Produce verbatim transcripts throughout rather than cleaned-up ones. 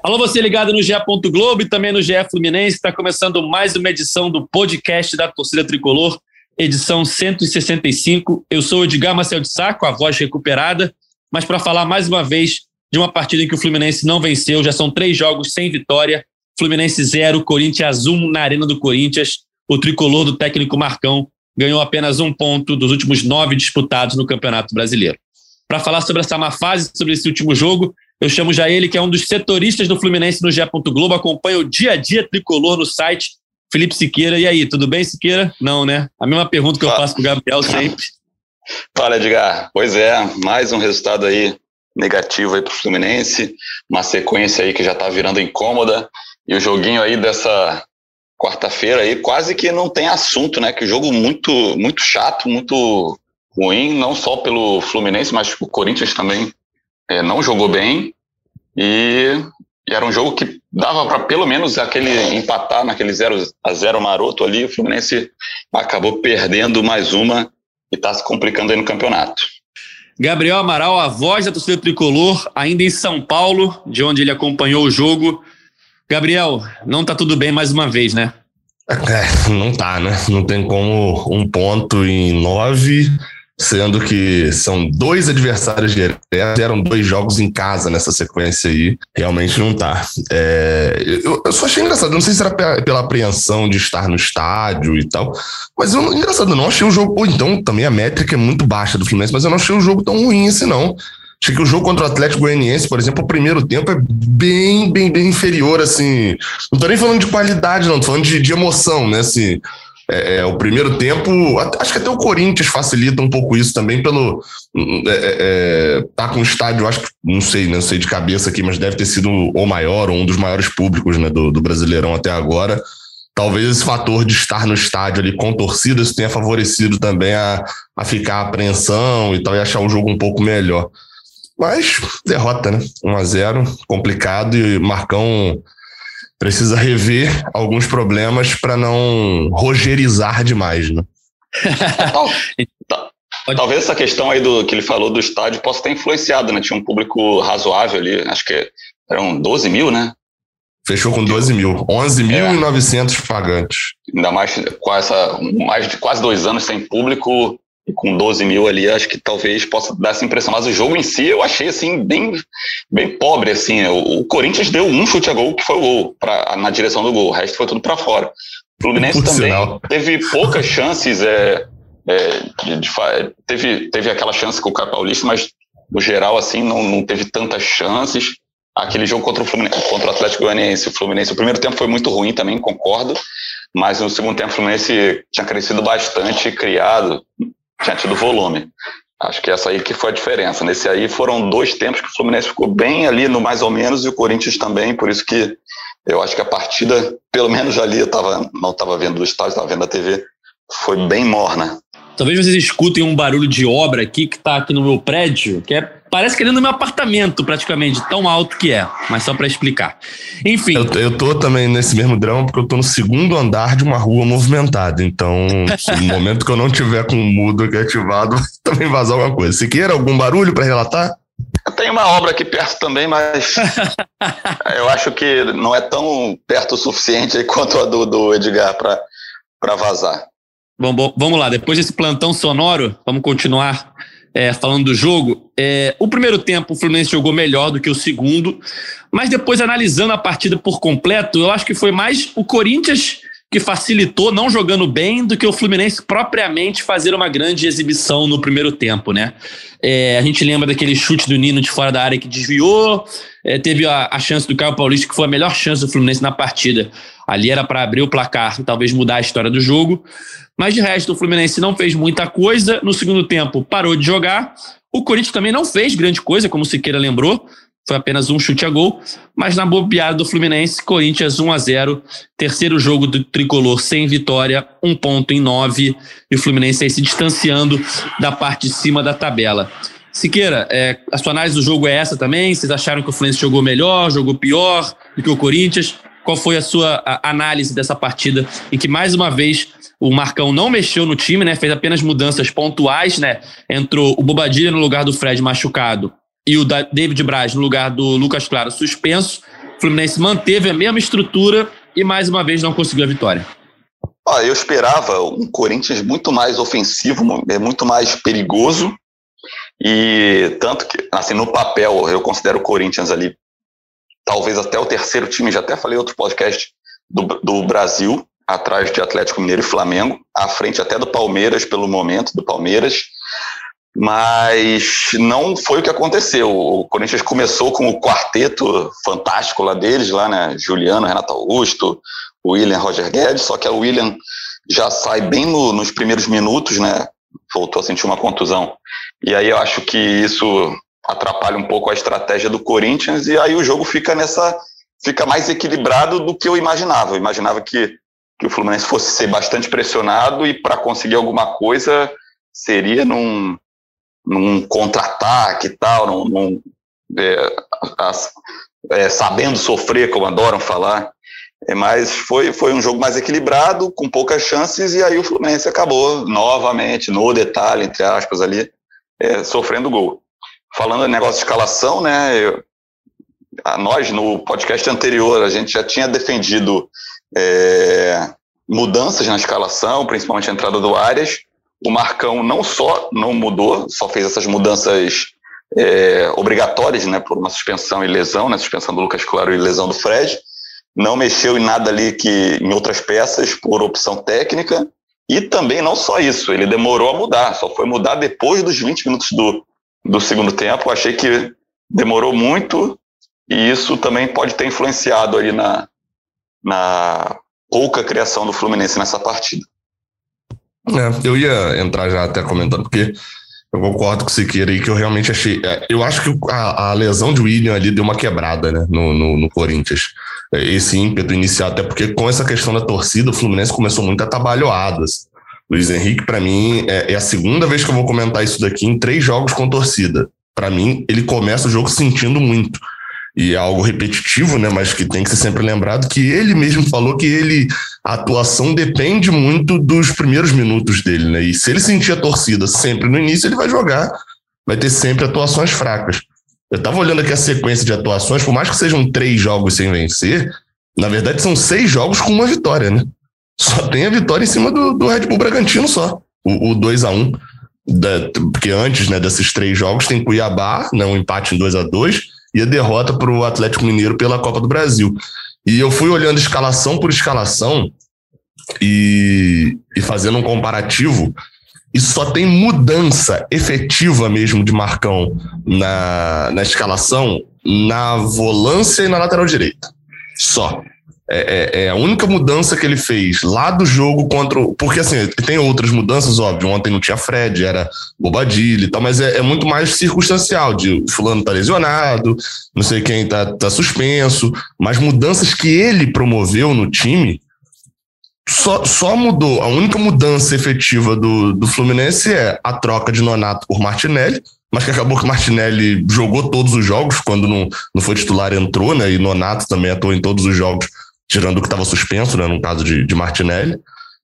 Alô, você ligado no G E. Globo e também no G E Fluminense. Está começando mais uma edição do podcast da Torcida Tricolor, edição cento e sessenta e cinco. Eu sou o Edgar Marcel de Sá, com a voz recuperada, mas para falar mais uma vez de uma partida em que o Fluminense não venceu. Já são três jogos sem vitória. Fluminense zero, Corinthians um na Arena do Corinthians. O tricolor do técnico Marcão ganhou apenas um ponto dos últimos nove disputados no Campeonato Brasileiro. Para falar sobre essa má fase, sobre esse último jogo, eu chamo já ele, que é um dos setoristas do Fluminense no G E. Globo, acompanha o dia a dia tricolor no site, Felipe Siqueira. E aí, tudo bem, Siqueira? Não, né? A mesma pergunta que eu faço pro Gabriel sempre. Fala, Edgar. Pois é, mais um resultado aí negativo aí pro Fluminense, uma sequência aí que já tá virando incômoda, e o joguinho aí dessa quarta-feira aí quase que não tem assunto, né? Que jogo muito, muito chato, muito ruim, não só pelo Fluminense, mas o Corinthians também é, não jogou bem, e, e era um jogo que dava para pelo menos aquele empatar naquele zero a zero maroto ali. O Fluminense acabou perdendo mais uma e está se complicando aí no campeonato. Gabriel Amaral, a voz da torcida tricolor, ainda em São Paulo, de onde ele acompanhou o jogo. Gabriel, não tá tudo bem mais uma vez, né? É, não tá, né? Não tem como um ponto em nove, sendo que são dois adversários diretos, eram dois jogos em casa nessa sequência aí. Realmente não tá. É, eu, eu só achei engraçado, não sei se era pela apreensão de estar no estádio e tal, mas eu, engraçado, eu não achei o jogo, ou então também a métrica é muito baixa do Fluminense, mas eu não achei o jogo tão ruim assim, não. Achei que o jogo contra o Atlético Goianiense, por exemplo, o primeiro tempo é bem, bem, bem inferior, assim. Não tô nem falando de qualidade, não, tô falando de, de emoção, né, assim. É, é, o primeiro tempo, acho que até o Corinthians facilita um pouco isso também pelo é, é, tá com o estádio, acho que, não sei, não sei de cabeça aqui, mas deve ter sido o maior, ou um dos maiores públicos, né, do, do Brasileirão até agora. Talvez esse fator de estar no estádio ali com torcida, isso tenha favorecido também a, a ficar a apreensão e tal, e achar o jogo um pouco melhor. Mas derrota, né? um a zero, complicado, e Marcão precisa rever alguns problemas para não rogerizar demais, né? Talvez essa questão aí do que ele falou do estádio possa ter influenciado, né? Tinha um público razoável ali, acho que eram doze mil, né? Fechou com doze mil, onze mil e novecentos pagantes. Ainda mais com essa, mais de quase dois anos sem público, e com doze mil ali, acho que talvez possa dar essa impressão. Mas o jogo em si, eu achei, assim, bem, bem pobre, assim. O, o Corinthians deu um chute a gol, que foi o gol, pra, na direção do gol. O resto foi tudo para fora. O Fluminense Por também sinal. teve poucas chances, é, é, de, de, teve, teve aquela chance com o Caio Paulista, mas, no geral, assim, não, não teve tantas chances. Aquele jogo contra o, Fluminense, contra o Atlético Goianiense, o Fluminense, o primeiro tempo foi muito ruim também, concordo, mas no segundo tempo o Fluminense tinha crescido bastante, criado, tinha tido volume. Acho que essa aí que foi a diferença. Nesse aí foram dois tempos que o Fluminense ficou bem ali no mais ou menos, e o Corinthians também, por isso que eu acho que a partida, pelo menos ali, eu tava, não estava vendo do estádio, estava vendo da T V, foi bem morna. Talvez vocês escutem um barulho de obra aqui, que está aqui no meu prédio, que é, parece que é no meu apartamento, praticamente, tão alto que é, mas só para explicar. Enfim. Eu, eu tô também nesse mesmo drama, porque eu tô no segundo andar de uma rua movimentada, então no momento que eu não tiver com o mudo aqui ativado, vai também vazar alguma coisa. Se queira algum barulho para relatar? Tem uma obra aqui perto também, mas eu acho que não é tão perto o suficiente aí quanto a do, do Edgar para vazar. Bom, bom, vamos lá, depois desse plantão sonoro, vamos continuar é, falando do jogo. É, o primeiro tempo o Fluminense jogou melhor do que o segundo, mas depois, analisando a partida por completo, eu acho que foi mais o Corinthians que facilitou, não jogando bem, do que o Fluminense propriamente fazer uma grande exibição no primeiro tempo, né? É, a gente lembra daquele chute do Nino de fora da área que desviou, é, teve a, a chance do Caio Paulista, que foi a melhor chance do Fluminense na partida. Ali era para abrir o placar e talvez mudar a história do jogo. Mas de resto, o Fluminense não fez muita coisa. No segundo tempo, parou de jogar. O Corinthians também não fez grande coisa, como o Siqueira lembrou. Foi apenas um chute a gol. Mas na bobeada do Fluminense, Corinthians um a zero. Terceiro jogo do tricolor sem vitória, um ponto em nove. E o Fluminense aí se distanciando da parte de cima da tabela. Siqueira, é, a sua análise do jogo é essa também? Vocês acharam que o Fluminense jogou melhor, jogou pior do que o Corinthians? Qual foi a sua a, análise dessa partida em que, mais uma vez, o Marcão não mexeu no time, né? Fez apenas mudanças pontuais, né? Entrou o Bobadilla no lugar do Fred machucado e o David Braz no lugar do Lucas Claro suspenso. O Fluminense manteve a mesma estrutura e mais uma vez não conseguiu a vitória. Ó, eu esperava um Corinthians muito mais ofensivo, muito mais perigoso, e tanto que, assim, no papel, eu considero o Corinthians ali, talvez até o terceiro time, já até falei em outro podcast, do, do Brasil, atrás de Atlético Mineiro e Flamengo, à frente até do Palmeiras, pelo momento, do Palmeiras, mas não foi o que aconteceu. O Corinthians começou com o quarteto fantástico lá deles, lá, né? Juliano, Renato Augusto, William, Roger Guedes, só que a William já sai bem no, nos primeiros minutos, né? Voltou a sentir uma contusão. E aí eu acho que isso atrapalha um pouco a estratégia do Corinthians, e aí o jogo fica nessa, fica mais equilibrado do que eu imaginava. Eu imaginava que, que o Fluminense fosse ser bastante pressionado, e para conseguir alguma coisa seria num num contra-ataque e tal, num, num, é, as, é, sabendo sofrer, como adoram falar, é, mas foi, foi um jogo mais equilibrado, com poucas chances, e aí o Fluminense acabou novamente, no detalhe, entre aspas, ali, é, sofrendo gol. Falando em negócio de escalação, né, eu, a nós, no podcast anterior, a gente já tinha defendido é, mudanças na escalação, principalmente a entrada do Arias. O Marcão não só não mudou, só fez essas mudanças é, obrigatórias, né, por uma suspensão e lesão, né, suspensão do Lucas Claro e lesão do Fred. Não mexeu em nada ali que, em outras peças por opção técnica. E também não só isso, ele demorou a mudar, só foi mudar depois dos vinte minutos do, do segundo tempo. Eu achei que demorou muito, e isso também pode ter influenciado ali na, na pouca criação do Fluminense nessa partida. É, eu ia entrar já até comentando, porque eu concordo com o Siqueira aí, que eu realmente achei... Eu acho que a, a lesão de William ali deu uma quebrada, né, no, no, no Corinthians. Esse ímpeto inicial, até porque com essa questão da torcida, o Fluminense começou muito atabalhoado. Luiz Henrique, para mim, é, é a segunda vez que eu vou comentar isso daqui em três jogos com torcida. Para mim, ele começa o jogo sentindo muito. E é algo repetitivo, né, mas que tem que ser sempre lembrado, que ele mesmo falou que ele, a atuação depende muito dos primeiros minutos dele, né, e se ele sentir a torcida sempre no início, ele vai jogar, vai ter sempre atuações fracas. Eu tava olhando aqui a sequência de atuações, por mais que sejam três jogos sem vencer, na verdade são seis jogos com uma vitória, né, só tem a vitória em cima do, do Red Bull Bragantino só, o, o dois a um, da, porque antes, né, desses três jogos tem Cuiabá, né, um empate em dois a dois, e a derrota para o Atlético Mineiro pela Copa do Brasil. E eu fui olhando escalação por escalação e, e fazendo um comparativo, e só tem mudança efetiva mesmo de Marcão na, na escalação, na volância e na lateral direita. Só. É, é, é a única mudança que ele fez lá do jogo contra o... Porque, assim, tem outras mudanças, óbvio. Ontem não tinha Fred, era Bobadilha e tal, mas é, é muito mais circunstancial, de fulano tá lesionado, não sei quem tá, tá suspenso, mas mudanças que ele promoveu no time, só, só mudou. A única mudança efetiva do, do Fluminense é a troca de Nonato por Martinelli, mas que acabou que Martinelli jogou todos os jogos, quando não, não foi titular entrou, né, e Nonato também atuou em todos os jogos, tirando o que estava suspenso, né, no caso de, de Martinelli.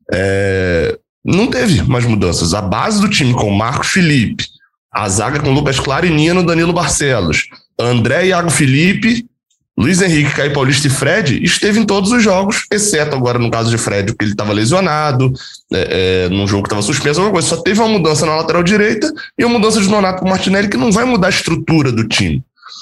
É, não teve mais mudanças. A base do time com Marcos Felipe, a zaga com Lucas Claro e Nino, Danilo Barcelos, André, Iago Felipe, Luiz Henrique, Caio Paulista e Fred esteve em todos os jogos, exceto agora no caso de Fred, porque ele estava lesionado, é, é, num jogo que estava suspenso, alguma coisa. Só teve uma mudança na lateral direita e uma mudança de Nonato com Martinelli, que não vai mudar a estrutura do time.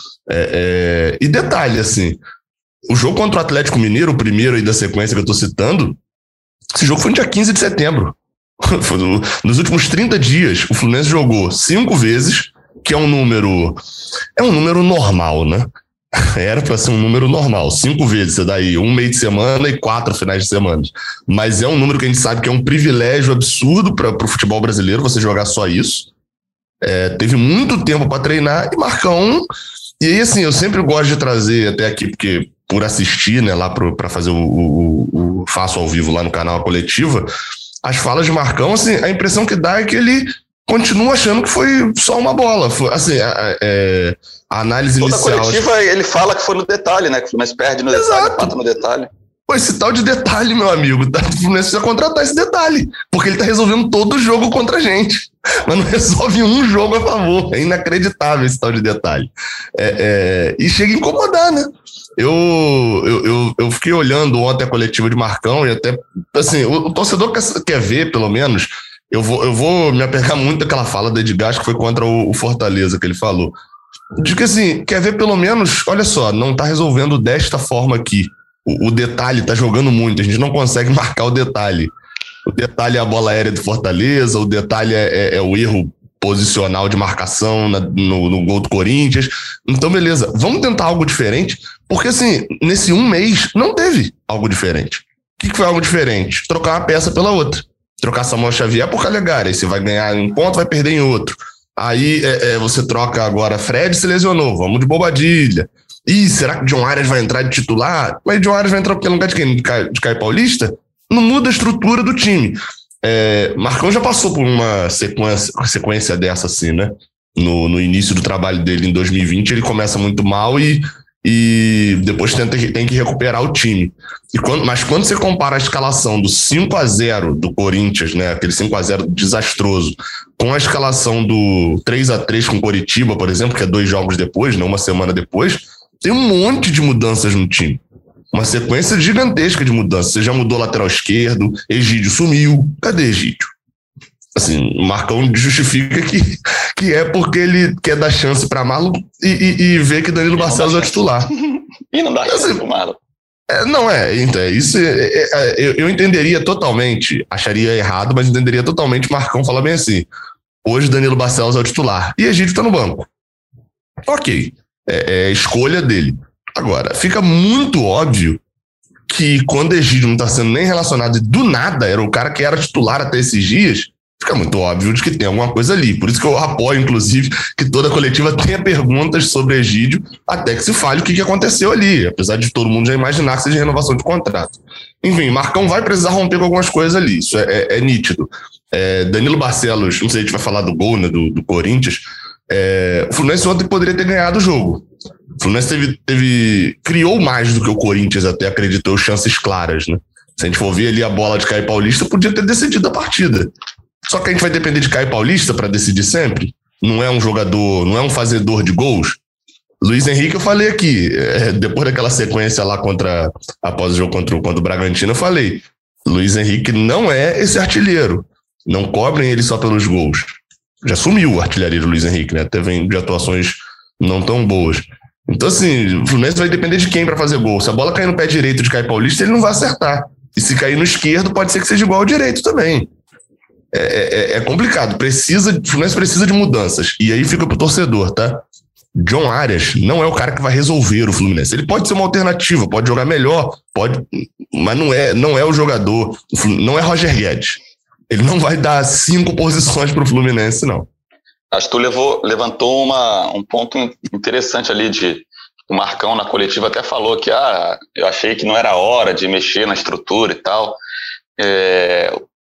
É, é, e detalhe, assim, o jogo contra o Atlético Mineiro, o primeiro aí da sequência que eu estou citando, esse jogo foi no dia quinze de setembro. Nos últimos trinta dias, o Fluminense jogou cinco vezes, que é um número... É um número normal, né? Era para ser um número normal. Cinco vezes, você dá aí um meio de semana e quatro finais de semana. Mas é um número que a gente sabe que é um privilégio absurdo para o futebol brasileiro, você jogar só isso. É, teve muito tempo para treinar e Marcão... E aí, assim, eu sempre gosto de trazer até aqui, porque... por assistir, né, lá para fazer o, o, o Faço ao Vivo lá no canal Coletiva, as falas de Marcão, assim, a impressão que dá é que ele continua achando que foi só uma bola. Foi, assim, a, é, a análise Toda inicial... Toda coletiva, acho... ele fala que foi no detalhe, né, que o Fluminense perde no Exato. detalhe, empata no detalhe. Pô, esse tal de detalhe, meu amigo, tá? O Fluminense precisa contratar esse detalhe, porque ele tá resolvendo todo o jogo contra a gente, mas não resolve um jogo a favor. É inacreditável esse tal de detalhe. É, é, e chega a incomodar, né? Eu, eu, eu, eu fiquei olhando ontem a coletiva de Marcão e até, assim, o, o torcedor quer, quer ver, pelo menos, eu vou, eu vou me apegar muito àquela fala do Edgar, que foi contra o, o Fortaleza, que ele falou. De que, assim, quer ver pelo menos, olha só, não tá resolvendo desta forma aqui. O, o detalhe tá jogando muito, a gente não consegue marcar o detalhe. O detalhe é a bola aérea do Fortaleza, o detalhe é, é, é o erro posicional de marcação na, no, no gol do Corinthians. Então, beleza, vamos tentar algo diferente, porque, assim, nesse um mês não teve algo diferente. O que, que foi algo diferente? Trocar uma peça pela outra. Trocar Samuel Xavier por Calegari, aí você vai ganhar em um ponto, vai perder em outro. Aí é, é, você troca agora, Fred se lesionou, vamos de Bobadilha. Ih, será que John Arias vai entrar de titular? Mas John Arias vai entrar porque não lugar de quem? De Caio, de Caio Paulista? Não muda a estrutura do time. É, Marcão já passou por uma sequência, sequência dessa, assim, né? No, no início do trabalho dele em dois mil e vinte, ele começa muito mal e, e depois tenta, tem que recuperar o time. E quando, mas quando você compara a escalação do cinco a zero do Corinthians, né? Aquele cinco a zero desastroso, com a escalação do três a três com Coritiba, por exemplo, que é dois jogos depois, né? Uma semana depois, tem um monte de mudanças no time. Uma sequência gigantesca de mudanças. Você já mudou lateral esquerdo, Egídio sumiu. Cadê Egídio? Assim, o Marcão justifica que, que é porque ele quer dar chance para Marlon e, e, e ver que Danilo Barcelos é o titular. E não dá chance pro Marlon. É, não é, então, isso é, é, eu, eu entenderia totalmente, acharia errado, mas entenderia totalmente Marcão falar bem assim: hoje Danilo Barcelos é o titular e Egídio tá no banco. Ok, é, é escolha dele. Agora, fica muito óbvio que quando Egídio não tá sendo nem relacionado e do nada era o cara que era titular até esses dias, fica muito óbvio de que tem alguma coisa ali. Por isso que eu apoio, inclusive, que toda a coletiva tenha perguntas sobre Egídio até que se fale o que aconteceu ali, apesar de todo mundo já imaginar que seja renovação de contrato. Enfim, Marcão vai precisar romper com algumas coisas ali, isso é, é, é nítido. É, Danilo Barcelos, não sei se a gente vai falar do gol, né, do, do Corinthians, é, o Fluminense ontem poderia ter ganhado o jogo. O Fluminense teve, teve, criou mais do que o Corinthians até, acreditou, chances claras, né? Se a gente for ver ali a bola de Caio Paulista, podia ter decidido a partida. Só que a gente vai depender de Caio Paulista para decidir sempre. Não é um jogador, não é um fazedor de gols. Luiz Henrique, eu falei aqui, é, depois daquela sequência lá contra, após o jogo contra, contra o Bragantino, eu falei, Luiz Henrique não é esse artilheiro. Não cobrem ele só pelos gols. Já sumiu a artilharia do Luiz Henrique, né? Até vem de atuações não tão boas. Então, assim, o Fluminense vai depender de quem para fazer gol. Se a bola cair no pé direito de Caio Paulista, ele não vai acertar. E se cair no esquerdo, pode ser que seja igual ao direito também. É, é, é complicado. Precisa, o Fluminense precisa de mudanças. E aí fica pro torcedor, tá? John Arias não é o cara que vai resolver o Fluminense. Ele pode ser uma alternativa, pode jogar melhor, pode, mas não é, não é o jogador, não é Roger Guedes. Ele não vai dar cinco posições pro Fluminense, não. Acho que tu levou, levantou uma, um ponto interessante ali de o Marcão na coletiva até falou que ah, eu achei que não era hora de mexer na estrutura e tal. É,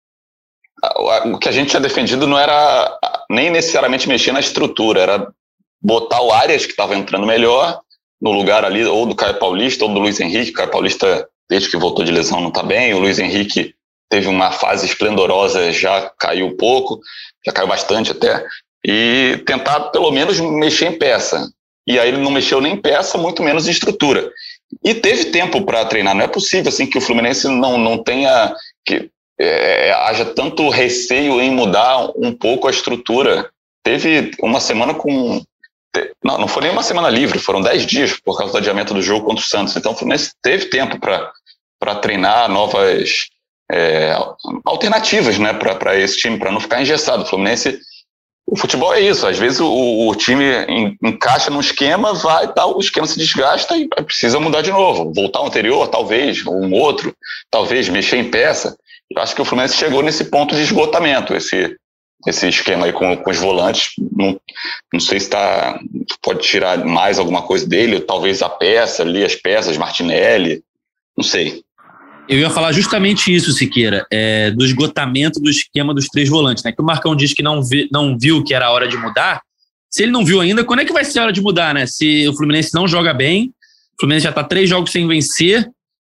o que a gente tinha defendido não era nem necessariamente mexer na estrutura, era botar o Arias, que estava entrando melhor, no lugar ali ou do Caio Paulista ou do Luiz Henrique. O Caio Paulista, desde que voltou de lesão, não está bem. O Luiz Henrique teve uma fase esplendorosa, já caiu um pouco, já caiu bastante até. E tentar, pelo menos, mexer em peça. E aí ele não mexeu nem em peça, muito menos em estrutura. E teve tempo para treinar. Não é possível assim, que o Fluminense não, não tenha... que é, haja tanto receio em mudar um pouco a estrutura. Teve uma semana com... Não, não foi nem uma semana livre, foram dez dias por causa do adiamento do jogo contra o Santos. Então o Fluminense teve tempo para treinar novas é, alternativas, né, para esse time, para não ficar engessado. O Fluminense... O futebol é isso, às vezes o, o time encaixa num esquema, vai, tal, o esquema se desgasta e precisa mudar de novo, voltar ao anterior, talvez, ou um outro, talvez, mexer em peça. Eu acho que o Fluminense chegou nesse ponto de esgotamento, esse, esse esquema aí com, com os volantes. Não, não sei se tá, pode tirar mais alguma coisa dele, talvez a peça ali, as peças, Martinelli, não sei. Eu ia falar justamente isso, Siqueira, é, do esgotamento do esquema dos três volantes, né? Que o Marcão diz que não, vi, não viu que era a hora de mudar. Se ele não viu ainda, quando é que vai ser a hora de mudar, né? Se o Fluminense não joga bem, o Fluminense já está três jogos sem vencer,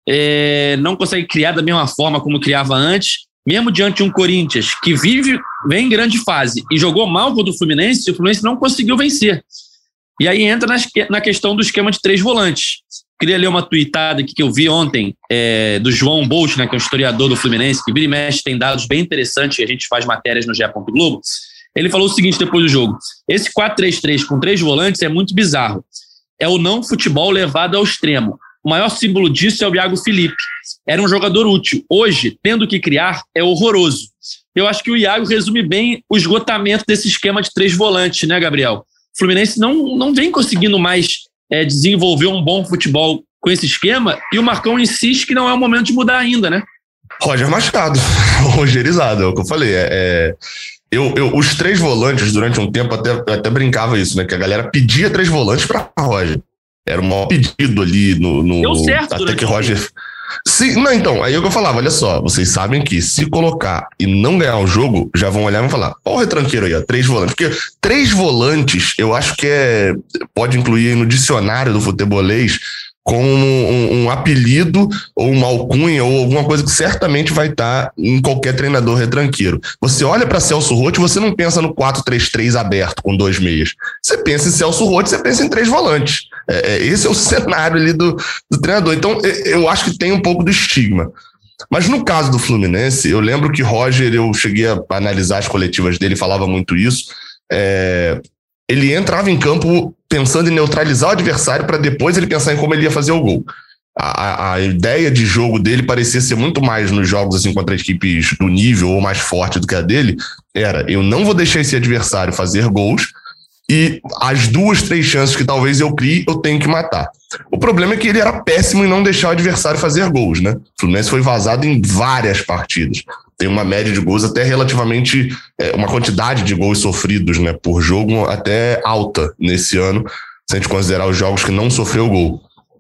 é, não consegue criar da mesma forma como criava antes. Mesmo diante de um Corinthians que vive, vem em grande fase e jogou mal contra o Fluminense, o Fluminense não conseguiu vencer. E aí entra na, na questão do esquema de três volantes. Queria ler uma tuitada aqui que eu vi ontem é, do João Bolt, né, que é um historiador do Fluminense, que vira e mexe, tem dados bem interessantes, que a gente faz matérias no G E. Globo. Ele falou o seguinte depois do jogo: esse quatro três três com três volantes é muito bizarro. É o não futebol levado ao extremo. O maior símbolo disso é o Iago Felipe. Era um jogador útil. Hoje, tendo que criar, é horroroso. Eu acho que o Iago resume bem o esgotamento desse esquema de três volantes, né, Gabriel? O Fluminense não, não vem conseguindo mais é, desenvolver um bom futebol com esse esquema, e o Marcão insiste que não é o momento de mudar ainda, né? Roger Machado, rogerizado, é o que eu falei. É, é, eu, eu, os três volantes, durante um tempo, até, até brincava isso, né? Que a galera pedia três volantes para Roger. Era o maior pedido ali no... no Deu certo até que Roger... Se, não, então, aí é o que eu falava, olha só, vocês sabem que se colocar e não ganhar o jogo, já vão olhar e vão falar, ó o retranqueiro aí, ó, três volantes. Porque três volantes, eu acho que é, pode incluir no dicionário do futebolês como um, um apelido ou uma alcunha ou alguma coisa que certamente vai estar em qualquer treinador retranqueiro. Você olha para Celso Roth, você não pensa no quatro três três aberto com dois meias. Você pensa em Celso Roth, você pensa em três volantes. É, esse é o cenário ali do, do treinador. Então, eu acho que tem um pouco do estigma. Mas no caso do Fluminense, eu lembro que Roger, eu cheguei a analisar as coletivas dele, falava muito isso. É, ele entrava em campo pensando em neutralizar o adversário para depois ele pensar em como ele ia fazer o gol. A, a ideia de jogo dele parecia ser muito mais nos jogos assim, contra equipes do nível ou mais forte do que a dele. Era, eu não vou deixar esse adversário fazer gols, e as duas, três chances que talvez eu crie, eu tenho que matar. O problema é que ele era péssimo em não deixar o adversário fazer gols, né? O Fluminense foi vazado em várias partidas. Tem uma média de gols até relativamente, é, uma quantidade de gols sofridos, né, por jogo até alta nesse ano, se a gente considerar os jogos que não sofreu gol.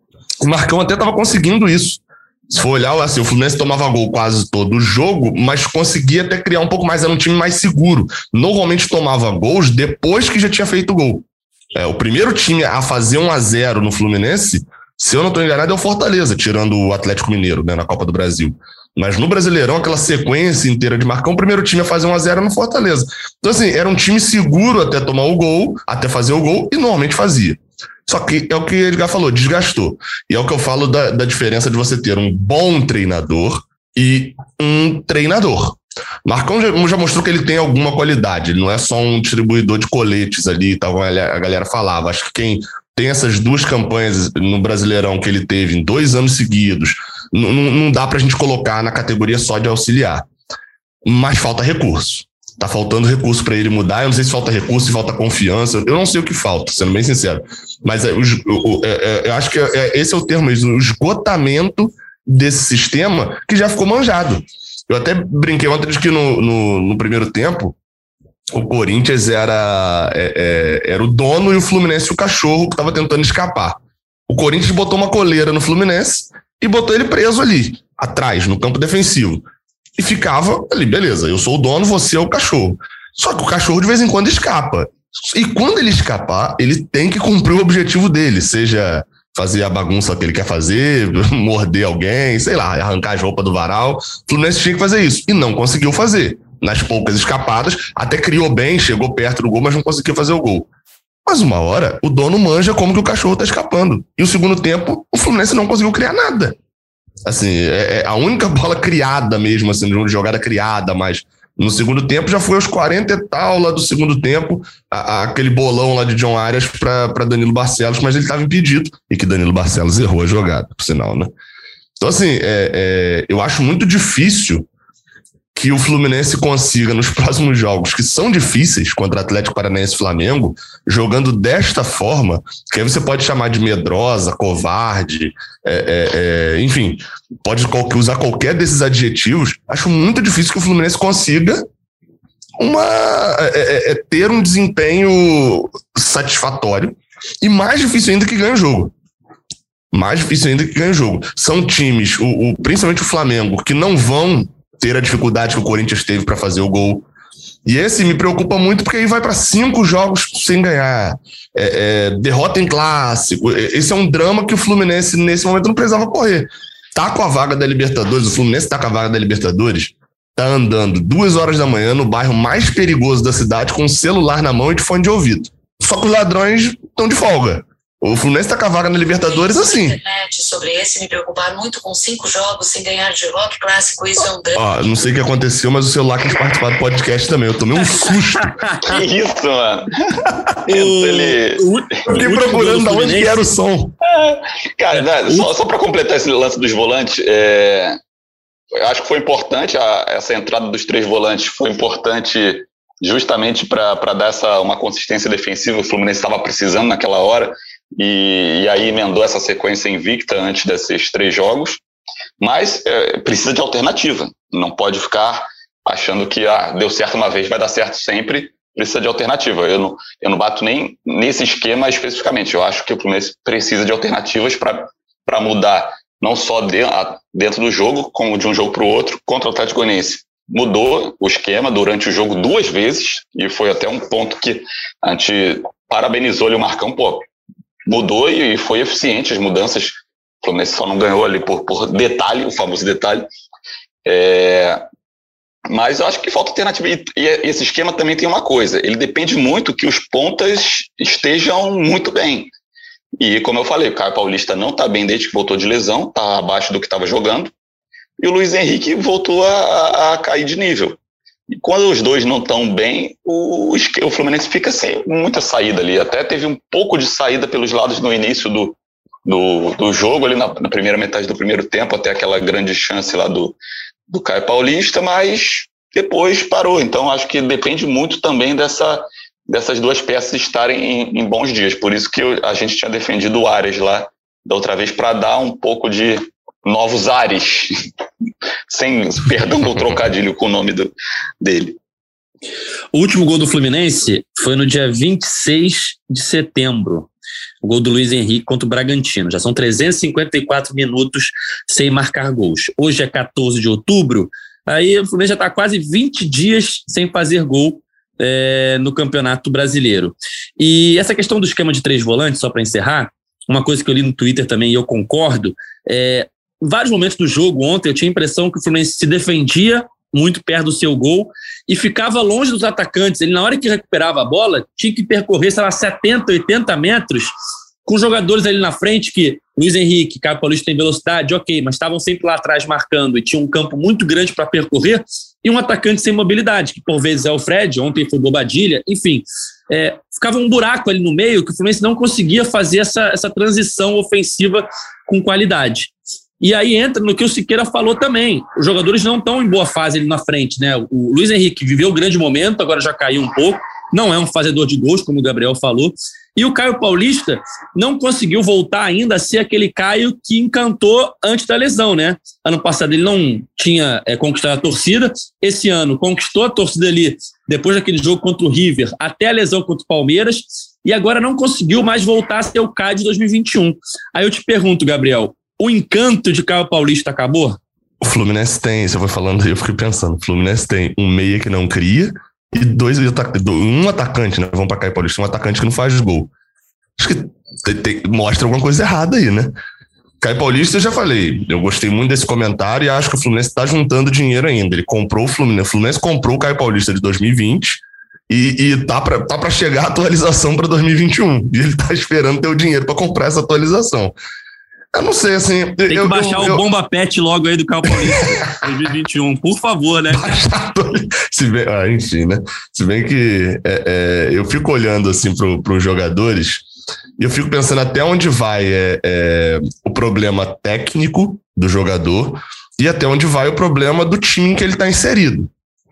O Marcão até estava conseguindo isso. Se for olhar, assim, o Fluminense tomava gol quase todo o jogo, mas conseguia até criar um pouco mais, era um time mais seguro. Normalmente tomava gols depois que já tinha feito gol. É, o primeiro time a fazer um a zero no Fluminense, se eu não estou enganado, é o Fortaleza, tirando o Atlético Mineiro, né, na Copa do Brasil. Mas no Brasileirão, aquela sequência inteira de Marcão, o primeiro time a fazer um a zero no Fortaleza. Então, assim, era um time seguro até tomar o gol, até fazer o gol, e normalmente fazia. Só que é o que o Edgar falou, desgastou. E é o que eu falo da, da diferença de você ter um bom treinador e um treinador. Marcão já, já mostrou que ele tem alguma qualidade, ele não é só um distribuidor de coletes ali e tal, como a galera falava. Acho que quem tem essas duas campanhas no Brasileirão que ele teve em dois anos seguidos, não, não dá pra gente colocar na categoria só de auxiliar. Mas falta recurso. Tá faltando recurso para ele mudar. Eu não sei se falta recurso, se falta confiança. Eu não sei o que falta, sendo bem sincero. Mas é, o, o, é, eu acho que é, esse é o termo, o esgotamento desse sistema que já ficou manjado. Eu até brinquei ontem de que no, no, no primeiro tempo o Corinthians era, é, é, era o dono e o Fluminense o cachorro que estava tentando escapar. O Corinthians botou uma coleira no Fluminense e botou ele preso ali, atrás, no campo defensivo. E ficava ali, beleza, eu sou o dono, você é o cachorro. Só que o cachorro de vez em quando escapa. E quando ele escapar, ele tem que cumprir o objetivo dele, seja fazer a bagunça que ele quer fazer, morder alguém, sei lá, arrancar as roupas do varal. O Fluminense tinha que fazer isso. E não conseguiu fazer. Nas poucas escapadas, até criou bem, chegou perto do gol, mas não conseguiu fazer o gol. Mas uma hora, o dono manja como que o cachorro está escapando. E o segundo tempo, o Fluminense não conseguiu criar nada. Assim, é, é a única bola criada mesmo, assim, de jogada criada, mas no segundo tempo já foi aos quarenta e tal lá do segundo tempo, a, a, aquele bolão lá de John Arias para Danilo Barcelos, mas ele estava impedido, e que Danilo Barcelos errou a jogada, por sinal, né? Então, assim, é, é, eu acho muito difícil que o Fluminense consiga, nos próximos jogos, que são difíceis, contra Atlético Paranaense e Flamengo, jogando desta forma, que aí você pode chamar de medrosa, covarde, é, é, é, enfim, pode usar qualquer desses adjetivos. Acho muito difícil que o Fluminense consiga uma, é, é, ter um desempenho satisfatório, e mais difícil ainda que ganhe o jogo. Mais difícil ainda que ganhe o jogo. São times, o, o, principalmente o Flamengo, que não vão ter a dificuldade que o Corinthians teve para fazer o gol. E esse me preocupa muito, porque aí vai para cinco jogos sem ganhar. É, é, derrota em clássico. Esse é um drama que o Fluminense, nesse momento, não precisava correr. tá com a vaga da Libertadores, o Fluminense tá com a vaga da Libertadores, tá andando duas horas da manhã no bairro mais perigoso da cidade com um celular na mão e de fone de ouvido. Só que os ladrões estão de folga. O Fluminense tá com a vaga na Libertadores assim. Internet sobre esse me preocupar muito com cinco jogos sem ganhar de rock clássico, isso é um dano. Ó, não sei o que aconteceu, mas o celular quis participar do podcast também. Eu tomei um susto. Que isso, mano? Ele... Eu fiquei procurando de onde que era o som. Cara, né, só, só para completar esse lance dos volantes, é... eu acho que foi importante, a, essa entrada dos três volantes foi importante justamente para dar essa, uma consistência defensiva. O Fluminense estava precisando naquela hora. E, e aí emendou essa sequência invicta antes desses três jogos, mas é, precisa de alternativa, não pode ficar achando que ah, deu certo uma vez, vai dar certo sempre, precisa de alternativa. Eu não, eu não bato nem nesse esquema especificamente, eu acho que o Fluminense precisa de alternativas para mudar, não só de, a, dentro do jogo, como de um jogo para o outro, contra o Atlético Goianiense. Mudou o esquema durante o jogo duas vezes, e foi até um ponto que a gente parabenizou-lhe o Marcão, pô, mudou e foi eficiente as mudanças. O Fluminense só não ganhou ali por, por detalhe, o famoso detalhe. É, mas eu acho que falta alternativa. E, e esse esquema também tem uma coisa, ele depende muito que os pontas estejam muito bem. E como eu falei, o Caio Paulista não está bem desde que voltou de lesão, está abaixo do que estava jogando. E o Luiz Henrique voltou a, a cair de nível. E quando os dois não estão bem, o, o Fluminense fica sem muita saída ali. Até teve um pouco de saída pelos lados no início do, do, do jogo, ali na, na primeira metade do primeiro tempo, até aquela grande chance lá do, do Caio Paulista, mas depois parou. Então acho que depende muito também dessa, dessas duas peças estarem em, em bons dias. Por isso que eu, a gente tinha defendido o Arias lá da outra vez, para dar um pouco de novos ares, sem perdão do trocadilho com o nome do, dele. O último gol do Fluminense foi no dia vinte e seis de setembro, o gol do Luiz Henrique contra o Bragantino. Já são trezentos e cinquenta e quatro minutos sem marcar gols. Hoje é quatorze de outubro, aí o Fluminense já está quase vinte dias sem fazer gol é, no Campeonato Brasileiro. E essa questão do esquema de três volantes, só para encerrar, uma coisa que eu li no Twitter também e eu concordo, é em vários momentos do jogo ontem eu tinha a impressão que o Fluminense se defendia muito perto do seu gol e ficava longe dos atacantes. Ele, na hora que recuperava a bola, tinha que percorrer, sei lá, setenta, oitenta metros com jogadores ali na frente que Luiz Henrique, Caio Paulista tem velocidade, ok, mas estavam sempre lá atrás marcando e tinha um campo muito grande para percorrer e um atacante sem mobilidade, que por vezes é o Fred, ontem foi o Bobadilha, enfim. É, ficava um buraco ali no meio que o Fluminense não conseguia fazer essa, essa transição ofensiva com qualidade. E aí entra no que o Siqueira falou também. Os jogadores não estão em boa fase ali na frente, né? O Luiz Henrique viveu um grande momento, agora já caiu um pouco. Não é um fazedor de gols, como o Gabriel falou. E o Caio Paulista não conseguiu voltar ainda a ser aquele Caio que encantou antes da lesão, né? Ano passado ele não tinha é, conquistado a torcida. Esse ano conquistou a torcida ali, depois daquele jogo contra o River, até a lesão contra o Palmeiras. E agora não conseguiu mais voltar a ser o Caio de dois mil e vinte e um. Aí eu te pergunto, Gabriel, o encanto de Caio Paulista acabou? O Fluminense tem, você foi falando aí, eu fiquei pensando, o Fluminense tem um meia que não cria e dois, um atacante, né? Vamos pra Caio Paulista, um atacante que não faz gol. Acho que tem, tem, mostra alguma coisa errada aí, né? Caio Paulista, eu já falei, eu gostei muito desse comentário e acho que o Fluminense tá juntando dinheiro ainda. Ele comprou o Fluminense, o Fluminense comprou o Caio Paulista de dois mil e vinte e, e tá pra, tá pra chegar a atualização pra dois mil e vinte e um. E ele tá esperando ter o dinheiro pra comprar essa atualização. Eu não sei, assim... Tem eu, que baixar eu, o eu... Bomba Pet logo aí do Caio Paulista, dois mil e vinte e um, por favor, né? Baixar, se bem, ah, enfim, né? Se bem que é, é, eu fico olhando, assim, para os jogadores e eu fico pensando até onde vai é, é, o problema técnico do jogador e até onde vai o problema do time em que ele está inserido.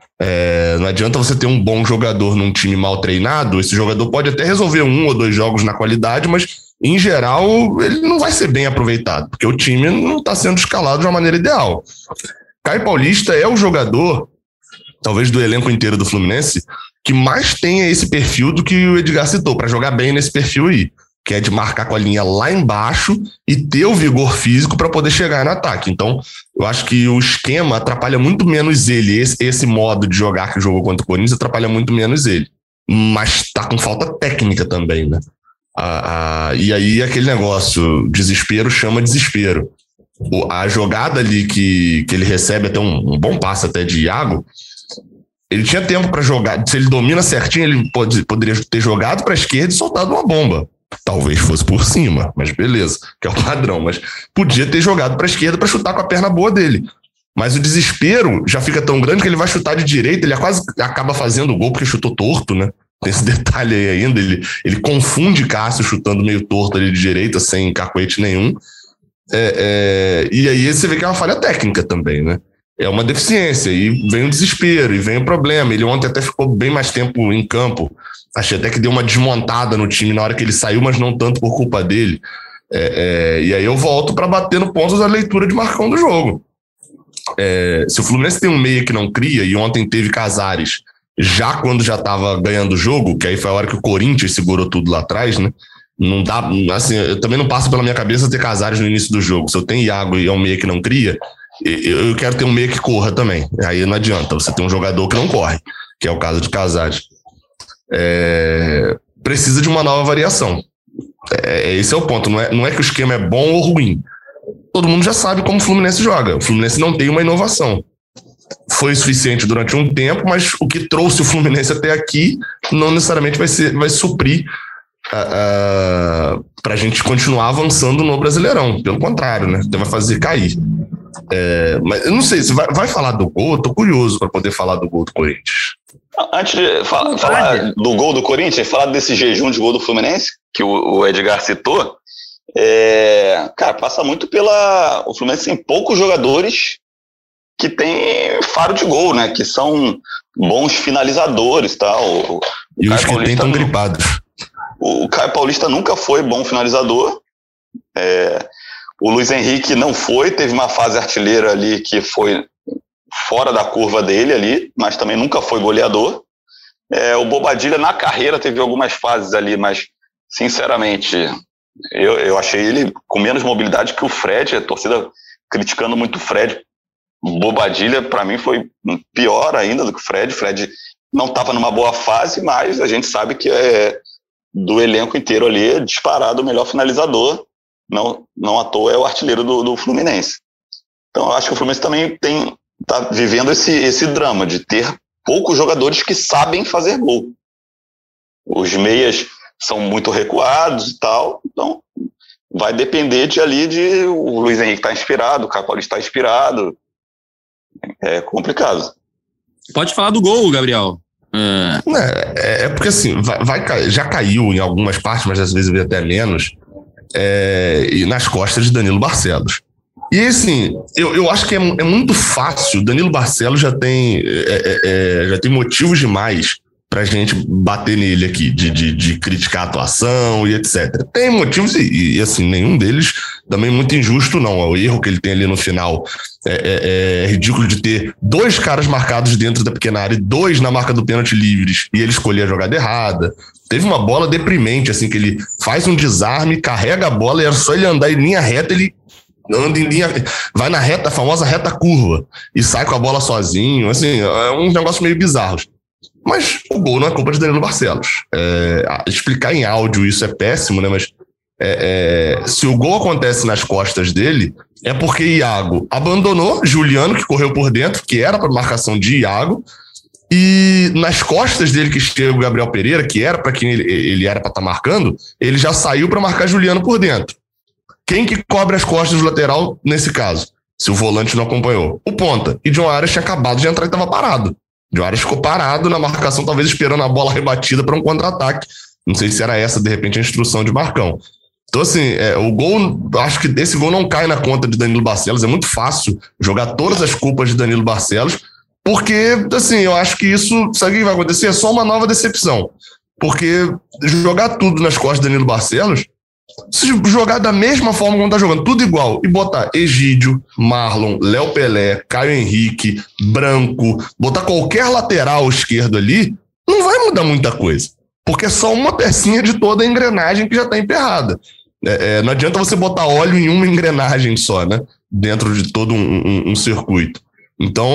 É, não adianta você ter um bom jogador num time mal treinado, esse jogador pode até resolver um ou dois jogos na qualidade, mas em geral ele não vai ser bem aproveitado, porque o time não está sendo escalado de uma maneira ideal. Caio Paulista é o jogador, talvez do elenco inteiro do Fluminense, que mais tenha esse perfil do que o Edgar citou, para jogar bem nesse perfil aí, que é de marcar com a linha lá embaixo e ter o vigor físico para poder chegar no ataque. Então, eu acho que o esquema atrapalha muito menos ele, esse, esse modo de jogar que jogou contra o Corinthians atrapalha muito menos ele. Mas tá com falta técnica também, né? Ah, ah, e aí aquele negócio, desespero chama desespero. A jogada ali que, que ele recebe até um, um bom passe até de Iago, ele tinha tempo para jogar. Se ele domina certinho, ele pode, poderia ter jogado para a esquerda e soltado uma bomba. Talvez fosse por cima, mas beleza, que é o padrão. Mas podia ter jogado para a esquerda para chutar com a perna boa dele. Mas o desespero já fica tão grande que ele vai chutar de direita, ele quase acaba fazendo o gol porque chutou torto, né? Tem esse detalhe aí ainda, ele, ele confunde Cássio chutando meio torto ali de direita, sem cacuete nenhum. É, é, e aí você vê que é uma falha técnica também, né? É uma deficiência, e vem o desespero, e vem o problema. Ele ontem até ficou bem mais tempo em campo. Achei até que deu uma desmontada no time na hora que ele saiu, mas não tanto por culpa dele. É, é, e aí eu volto para bater no ponto da leitura de Marcão do jogo. É, se o Fluminense tem um meia que não cria, e ontem teve Casares, já quando já estava ganhando o jogo, que aí foi a hora que o Corinthians segurou tudo lá atrás, né? Não dá, assim, eu também não passo pela minha cabeça ter Casares no início do jogo. Se eu tenho Iago e é um meia que não cria, eu quero ter um meia que corra também. Aí não adianta, você tem um jogador que não corre, que é o caso de Casares. É, precisa de uma nova variação. É, esse é o ponto. Não é, não é que o esquema é bom ou ruim. Todo mundo já sabe como o Fluminense joga. O Fluminense não tem uma inovação. Foi suficiente durante um tempo, mas o que trouxe o Fluminense até aqui não necessariamente vai, ser, vai suprir Uh, uh, para a gente continuar avançando no Brasileirão. Pelo contrário, né? Vai fazer cair. É, mas eu não sei, você vai, vai falar do gol? Eu tô curioso para poder falar do gol do Corinthians. Antes de falar, falar do gol do Corinthians, falar desse jejum de gol do Fluminense, que o, o Edgar citou, é, cara, passa muito pela... O Fluminense tem poucos jogadores que tem faro de gol, né? Que são bons finalizadores, tá? O, o e os que tem estão gripados. O Caio Paulista nunca foi bom finalizador. É, o Luiz Henrique não foi, teve uma fase artilheira ali que foi fora da curva dele ali, mas também nunca foi goleador. É, o Bobadilla na carreira teve algumas fases ali, mas sinceramente eu, eu achei ele com menos mobilidade que o Fred, a torcida criticando muito o Fred. O Bobadilla para mim foi pior ainda do que o Fred. O Fred não estava numa boa fase, mas a gente sabe que é do elenco inteiro ali, disparado o melhor finalizador, não, não à toa é o artilheiro do, do Fluminense. Então eu acho que o Fluminense também tem, tá vivendo esse, esse drama de ter poucos jogadores que sabem fazer gol. Os meias são muito recuados e tal, então vai depender de ali de o Luiz Henrique estar tá inspirado, o Caio Paulista está inspirado, é complicado. Pode falar do gol, Gabriel. É, é porque assim, vai, vai, já caiu em algumas partes, mas às vezes veio até menos, é, e nas costas de Danilo Barcelos. E assim, eu, eu acho que é, é muito fácil. Danilo Barcelos já tem, é, é, já tem motivos demais pra gente bater nele aqui, de, de, de criticar a atuação e etcétera. Tem motivos e, e assim, nenhum deles também muito injusto, não. O erro que ele tem ali no final é, é, é ridículo de ter dois caras marcados dentro da pequena área e dois na marca do pênalti livres e ele escolher a jogada errada. Teve uma bola deprimente, assim, que ele faz um desarme, carrega a bola e era só ele andar em linha reta, ele anda em linha, vai na reta, a famosa reta curva e sai com a bola sozinho, assim, é um negócio meio bizarro. Mas o gol não é culpa de Danilo Barcelos. É, explicar em áudio isso é péssimo, né? Mas é, é, se o gol acontece nas costas dele, é porque Iago abandonou Juliano, que correu por dentro, que era para marcação de Iago, e nas costas dele que chega o Gabriel Pereira, que era para quem ele, ele era para estar tá marcando, ele já saiu para marcar Juliano por dentro. Quem que cobre as costas do lateral nesse caso? Se o volante não acompanhou. O ponta. E John Arias tinha acabado de entrar e estava parado. John Arias ficou parado na marcação, talvez esperando a bola rebatida para um contra-ataque. Não sei se era essa, de repente, a instrução de Marcão. Então, assim, é, o gol, acho que esse gol não cai na conta de Danilo Barcelos. É muito fácil jogar todas as culpas de Danilo Barcelos, porque, assim, eu acho que isso, sabe o que vai acontecer? É só uma nova decepção. Porque jogar tudo nas costas de Danilo Barcelos, se jogar da mesma forma como tá jogando, tudo igual, e botar Egídio, Marlon, Léo Pelé, Caio Henrique, Branco, botar qualquer lateral esquerdo ali, não vai mudar muita coisa. Porque é só uma pecinha de toda a engrenagem que já tá emperrada. É, é, não adianta você botar óleo em uma engrenagem só, né? Dentro de todo um, um, um circuito. Então,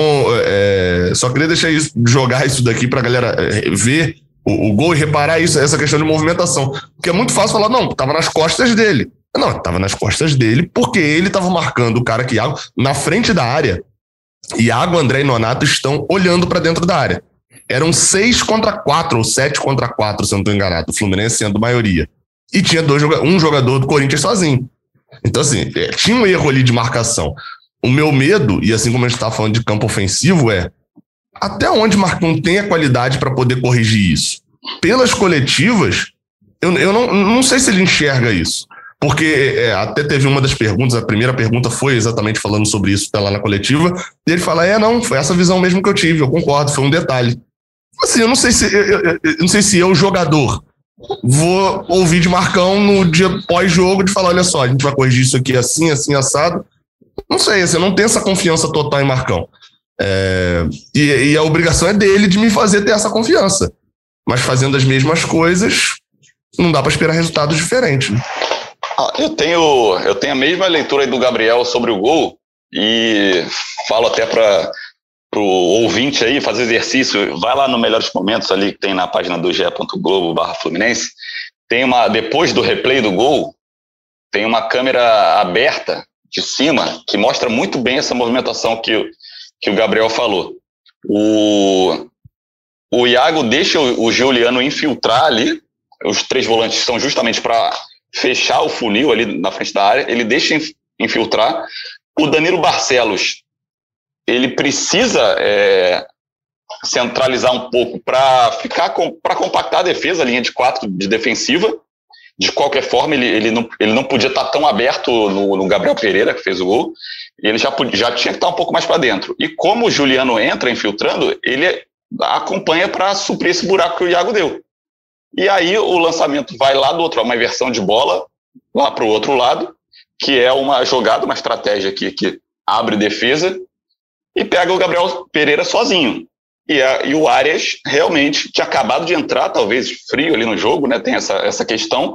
é, só queria deixar isso, jogar isso daqui pra galera ver o, o gol e reparar isso, essa questão de movimentação. Porque é muito fácil falar, não, tava nas costas dele. Não, estava nas costas dele, porque ele estava marcando o cara que Iago na frente da área. Iago, André e Nonato estão olhando para dentro da área. Eram seis contra quatro, ou sete contra quatro, se eu não estou enganado. O Fluminense sendo maioria. E tinha dois, um jogador do Corinthians sozinho. Então, assim, é, tinha um erro ali de marcação. O meu medo, e assim como a gente está falando de campo ofensivo, é até onde o Marcão tem a qualidade para poder corrigir isso? Pelas coletivas, eu, eu não, não sei se ele enxerga isso. Porque é, até teve uma das perguntas, a primeira pergunta foi exatamente falando sobre isso, tá lá na coletiva, e ele fala, é, não, foi essa visão mesmo que eu tive, eu concordo, foi um detalhe. Assim, eu não sei se eu, eu, eu não sei se eu, jogador, vou ouvir de Marcão no dia pós-jogo de falar, olha só, a gente vai corrigir isso aqui assim, assim, assado. Não sei, assim, eu não tenho essa confiança total em Marcão. É, e, e a obrigação é dele de me fazer ter essa confiança. Mas fazendo as mesmas coisas, não dá para esperar resultados diferentes, né? Eu tenho, eu tenho a mesma leitura aí do Gabriel sobre o gol e falo até para o ouvinte aí fazer exercício. Vai lá no Melhores Momentos ali que tem na página do ge ponto globo barra Fluminense. Tem uma, depois do replay do gol, tem uma câmera aberta de cima que mostra muito bem essa movimentação que, que o Gabriel falou. O, o Iago deixa o, o Giuliano infiltrar ali. Os três volantes são justamente para fechar o funil ali na frente da área, ele deixa infiltrar. O Danilo Barcelos, ele precisa é, centralizar um pouco para ficar com, para compactar a defesa, a linha de quatro de defensiva. De qualquer forma, ele, ele, não, ele não podia estar tão aberto no, no Gabriel Pereira, que fez o gol, e ele já, podia, já tinha que estar um pouco mais para dentro. E como o Giuliano entra infiltrando, ele acompanha para suprir esse buraco que o Iago deu. E aí o lançamento vai lá do outro, uma inversão de bola lá para o outro lado, que é uma jogada, uma estratégia que, que abre defesa e pega o Gabriel Pereira sozinho. E, a, e o Arias realmente tinha acabado de entrar, talvez frio ali no jogo, né? Tem essa, essa questão.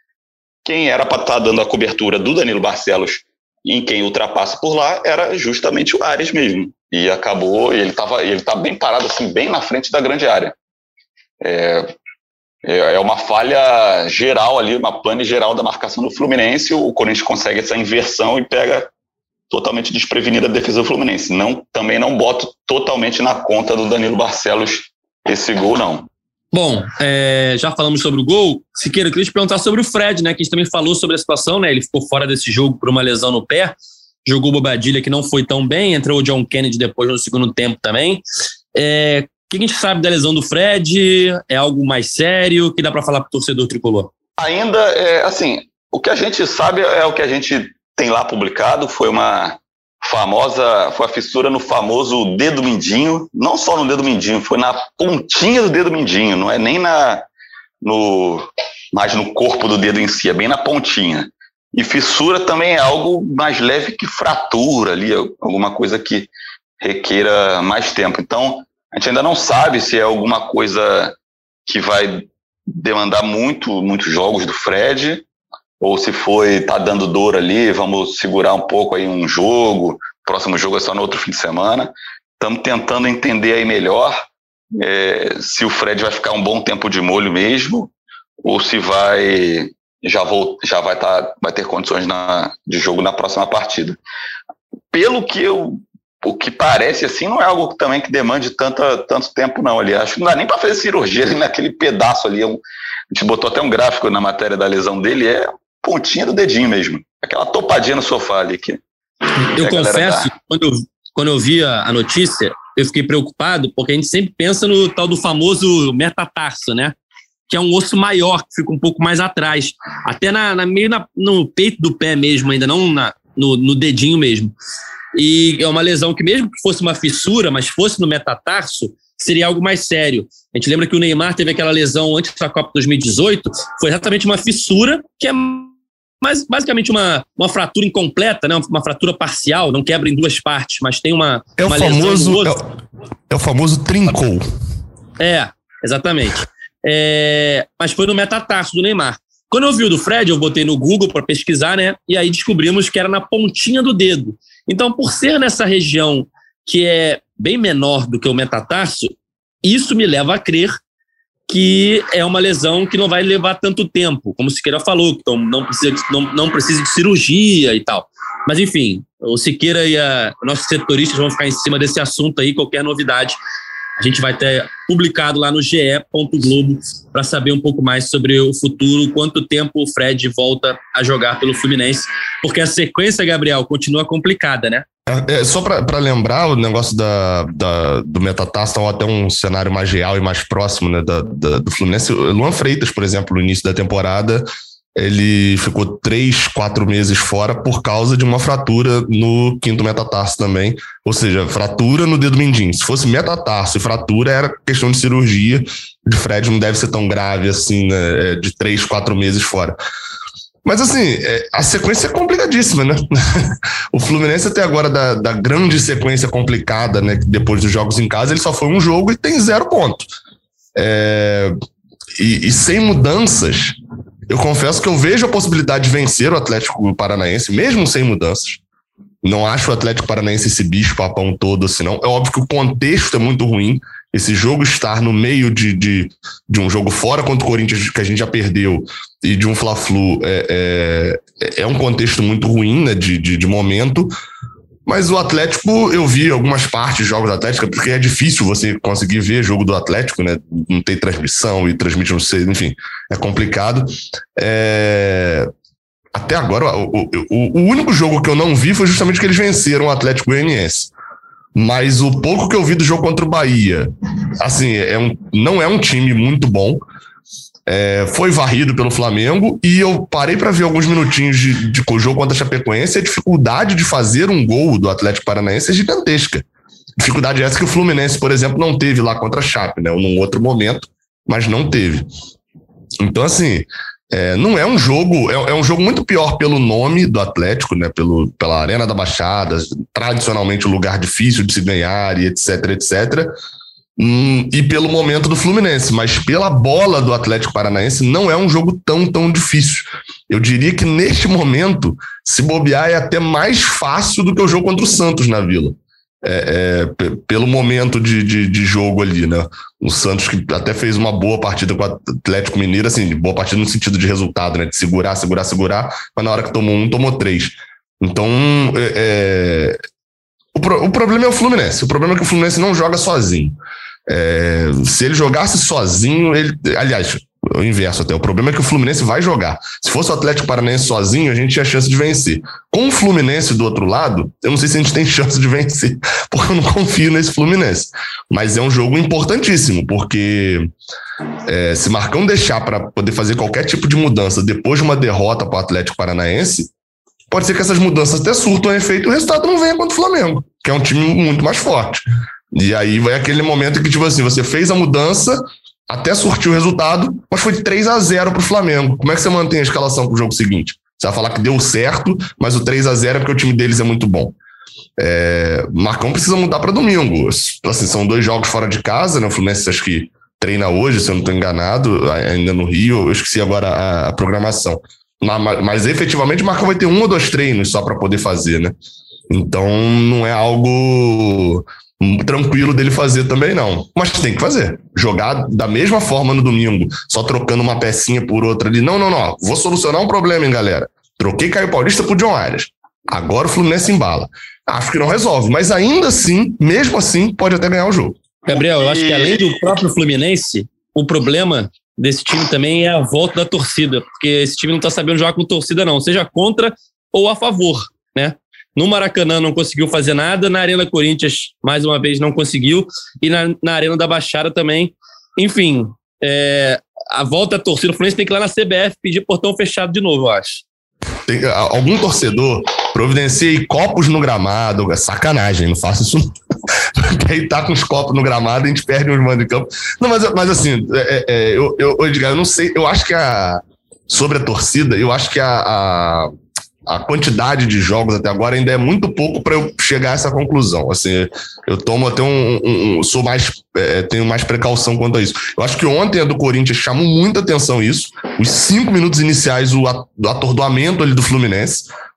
Quem era para estar dando a cobertura do Danilo Barcelos em quem ultrapassa por lá era justamente o Arias mesmo. E acabou, ele estava ele tá bem parado, assim, bem na frente da grande área. É... É uma falha geral ali, uma pane geral da marcação do Fluminense. O Corinthians consegue essa inversão e pega totalmente desprevenida a defesa do Fluminense. Não, também não boto totalmente na conta do Danilo Barcelos esse gol, não. Bom, é, já falamos sobre o gol. Siqueira, eu queria te perguntar sobre o Fred, né? Que a gente também falou sobre a situação, né? Ele ficou fora desse jogo por uma lesão no pé. Jogou o Bobadilha, que não foi tão bem. Entrou o John Kennedy depois no segundo tempo também. É... O que a gente sabe da lesão do Fred? É algo mais sério? Que dá para falar para o torcedor tricolor? Ainda, é, assim, o que a gente sabe é o que a gente tem lá publicado. Foi uma famosa, foi a fissura no famoso dedo mindinho. Não só no dedo mindinho, foi na pontinha do dedo mindinho. Não é nem na, no, mais no corpo do dedo em si, é bem na pontinha. E fissura também é algo mais leve que fratura ali, alguma coisa que requeira mais tempo. Então, a gente ainda não sabe se é alguma coisa que vai demandar muito, muitos jogos do Fred, ou se foi, tá dando dor ali, vamos segurar um pouco aí um jogo, próximo jogo é só no outro fim de semana. Estamos tentando entender aí melhor é, se o Fred vai ficar um bom tempo de molho mesmo, ou se vai já, vou, já vai, tá, vai ter condições na, de jogo na próxima partida. Pelo que eu O que parece assim não é algo também que demande tanta, tanto tempo não ali. Acho que não dá nem para fazer cirurgia ali naquele pedaço ali. Um, a gente botou até um gráfico na matéria da lesão dele, é pontinha do dedinho mesmo. Aquela topadinha no sofá ali. Que, eu confesso, quando eu, quando eu vi a notícia, eu fiquei preocupado, porque a gente sempre pensa no tal do famoso metatarso, né? Que é um osso maior, que fica um pouco mais atrás. Até na, na, meio na, no peito do pé mesmo, ainda não na, no, no dedinho mesmo. E é uma lesão que mesmo que fosse uma fissura, mas fosse no metatarso, seria algo mais sério. A gente lembra que o Neymar teve aquela lesão antes da Copa dois mil e dezoito, foi exatamente uma fissura, que é mais, basicamente uma, uma fratura incompleta, né? Uma fratura parcial, não quebra em duas partes, mas tem uma, é uma o famoso, lesão no osso. É, é o famoso trincou. É, exatamente. É, mas foi no metatarso do Neymar. Quando eu vi o do Fred, eu botei no Google para pesquisar, né? E aí descobrimos que era na pontinha do dedo. Então, por ser nessa região que é bem menor do que o metatarso, isso me leva a crer que é uma lesão que não vai levar tanto tempo, como o Siqueira falou, então não precisa, não, não precisa de cirurgia e tal. Mas, enfim, o Siqueira e a, nossos setoristas vão ficar em cima desse assunto aí, qualquer novidade a gente vai ter publicado lá no G E ponto globo para saber um pouco mais sobre o futuro, quanto tempo o Fred volta a jogar pelo Fluminense, porque a sequência, Gabriel, continua complicada, né? É, só para lembrar o negócio da, da, do metatarso, ou até um cenário mais real e mais próximo, né, da, da, do Fluminense. O Luan Freitas, por exemplo, no início da temporada, ele ficou três, quatro meses fora por causa de uma fratura no quinto metatarso também, ou seja, fratura no dedo mindinho. Se fosse metatarso e fratura, era questão de cirurgia. De Fred não deve ser tão grave assim, né, de três, quatro meses fora. Mas assim, a sequência é complicadíssima, né? O Fluminense até agora, da, da grande sequência complicada, né, depois dos jogos em casa, ele só foi um jogo e tem zero ponto. É, e, e sem mudanças, eu confesso que eu vejo a possibilidade de vencer o Atlético Paranaense, mesmo sem mudanças. Não acho o Atlético Paranaense esse bicho papão todo, assim, não. É óbvio que o contexto é muito ruim. Esse jogo estar no meio de, de, de um jogo fora contra o Corinthians, que a gente já perdeu, e de um Fla-Flu, é, é, é um contexto muito ruim, né, de, de, de momento. Mas o Atlético, eu vi algumas partes de jogos do Atlético, porque é difícil você conseguir ver jogo do Atlético, né? Não tem transmissão e transmite, não sei, enfim, é complicado. É... Até agora, o, o, o único jogo que eu não vi foi justamente que eles venceram o Atlético Goianiense. Mas o pouco que eu vi do jogo contra o Bahia, assim, é um, não é um time muito bom. É, foi varrido pelo Flamengo e eu parei para ver alguns minutinhos de, de jogo contra a Chapecoense e a dificuldade de fazer um gol do Atlético Paranaense é gigantesca. Dificuldade essa que o Fluminense, por exemplo, não teve lá contra a Chape, né? Num outro momento, mas não teve. Então, assim, é, não é um jogo, é, é um jogo muito pior pelo nome do Atlético, né? Pelo, pela Arena da Baixada, tradicionalmente um lugar difícil de se ganhar e etc, etcétera. Hum, e pelo momento do Fluminense, mas pela bola do Atlético Paranaense não é um jogo tão, tão difícil. Eu diria que neste momento, se bobear, é até mais fácil do que o jogo contra o Santos na Vila. É, é, p- pelo momento de, de, de jogo ali, né? O Santos que até fez uma boa partida com o Atlético Mineiro, assim, boa partida no sentido de resultado, né? De segurar, segurar, segurar, mas na hora que tomou um, tomou três. Então, é, é, o, pro, o problema é o Fluminense. O problema é que o Fluminense não joga sozinho. É, se ele jogasse sozinho, ele, aliás, o inverso até, o problema é que o Fluminense vai jogar. Se fosse o Atlético Paranaense sozinho, a gente tinha chance de vencer. Com o Fluminense do outro lado, eu não sei se a gente tem chance de vencer, porque eu não confio nesse Fluminense. Mas é um jogo importantíssimo, porque é, se Marcão deixar para poder fazer qualquer tipo de mudança depois de uma derrota para o Atlético Paranaense, pode ser que essas mudanças até surtam efeito e o resultado não venha contra o Flamengo, que é um time muito mais forte. E aí vai aquele momento que, tipo assim, você fez a mudança, até surtiu o resultado, mas foi três a zero pro Flamengo. Como é que você mantém a escalação pro jogo seguinte? Você vai falar que deu certo, mas o três a zero é porque o time deles é muito bom. É, Marcão precisa mudar para domingo. Assim, são dois jogos fora de casa, né? O Fluminense acho que treina hoje, se eu não estou enganado, ainda no Rio. Eu esqueci agora a, a programação. Mas, mas efetivamente o Marcão vai ter um ou dois treinos só para poder fazer, né? Então não é algo tranquilo dele fazer também, não. Mas tem que fazer. Jogar da mesma forma no domingo, só trocando uma pecinha por outra ali. Não, não, não. Vou solucionar um problema, hein, galera. Troquei Caio Paulista por John Arias. Agora o Fluminense embala. Acho que não resolve, mas ainda assim, mesmo assim, pode até ganhar o jogo. Gabriel, eu acho que além do próprio Fluminense, o problema desse time também é a volta da torcida, porque esse time não tá sabendo jogar com torcida, não. Seja contra ou a favor, né? No Maracanã não conseguiu fazer nada, na Arena Corinthians, mais uma vez, não conseguiu, e na, na Arena da Baixada também. Enfim, é, a volta da torcida, o Fluminense tem que ir lá na C B F pedir portão fechado de novo, eu acho. Tem, algum torcedor providencia copos no gramado, é sacanagem, não faça isso não. Porque aí tá com os copos no gramado e a gente perde uns mandos de campo. Não, mas, mas assim, é, é, eu, eu, Edgar, eu não sei, eu acho que a, sobre a torcida, eu acho que a, a A quantidade de jogos até agora ainda é muito pouco para eu chegar a essa conclusão. Assim, eu tomo até um, um, um sou mais, é, tenho mais precaução quanto a isso. Eu acho que ontem a do Corinthians chamou muita atenção isso. Os cinco minutos iniciais, o atordoamento ali do Fluminense.